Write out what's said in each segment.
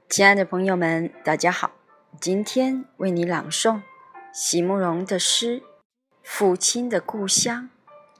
亲爱的朋友们，大家好，今天为你朗诵席慕容的诗《父亲的故乡》。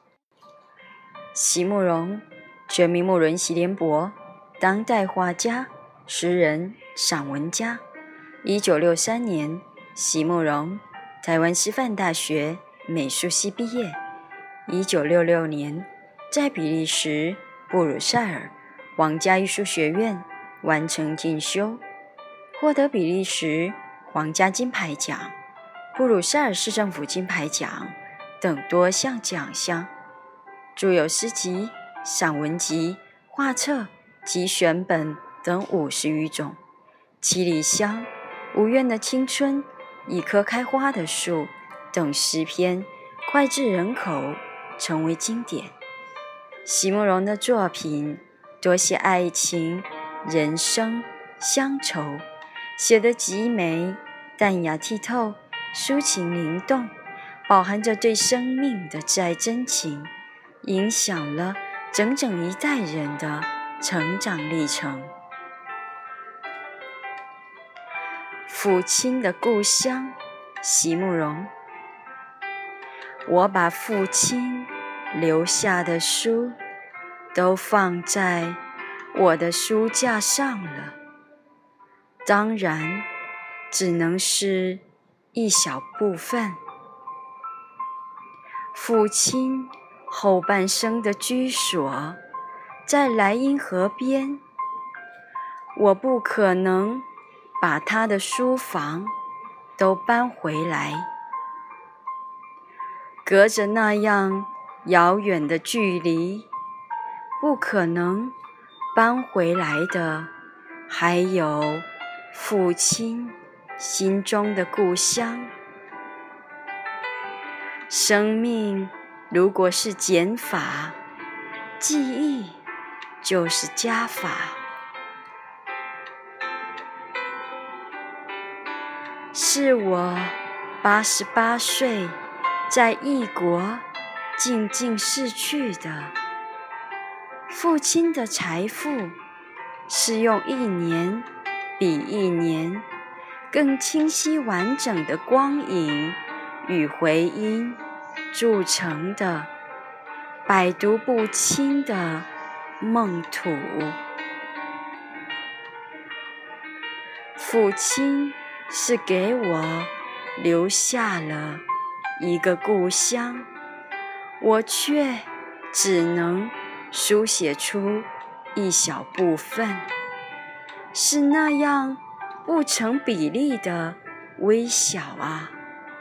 席慕容，全名慕伦席联博，当代画家、诗人、散文家。1963年，席慕容台湾师范大学美术系毕业。1966年，在比利时布鲁塞尔皇家艺术学院完成进修，获得比利时皇家金牌奖、布鲁塞尔市政府金牌奖等多项奖项。著有诗集、散文集、画册及选本等50余种。七里香、无怨的青春、一棵开花的树等诗篇脍炙人口，成为经典。席慕容的作品多写爱情、人生、乡愁，写得极美，淡雅剔透，抒情灵动，饱含着对生命的挚爱真情，影响了整整一代人的成长历程。父亲的故乡，席慕容。我把父亲留下的书都放在我的书架上了，当然只能是一小部分。父亲后半生的居所在莱茵河边，我不可能把他的书房都搬回来。隔着那样遥远的距离，不可能搬回来的还有父亲心中的故乡。生命如果是减法，记忆就是加法。是我88岁在异国静静逝去的。父亲的财富是用一年比一年更清晰完整的光影与回音铸成的百毒不侵的梦土。父亲是给我留下了一个故乡，我却只能书写出一小部分，是那样不成比例的微小啊。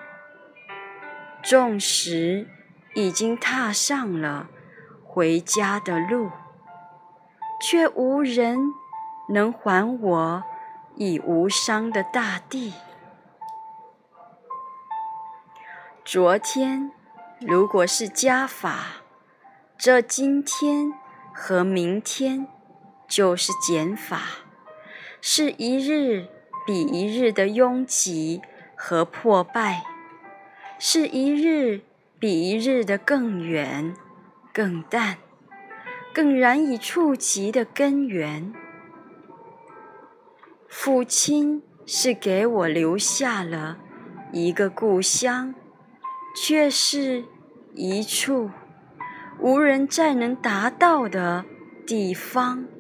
纵使已经踏上了回家的路，却无人能还我已无伤的大地。昨天如果是加法，这今天和明天就是减法，是一日比一日的拥挤和破败，是一日比一日的更远、更淡、更难以触及的根源。父亲是给我留下了一个故乡，却是一处无人再能达到的地方。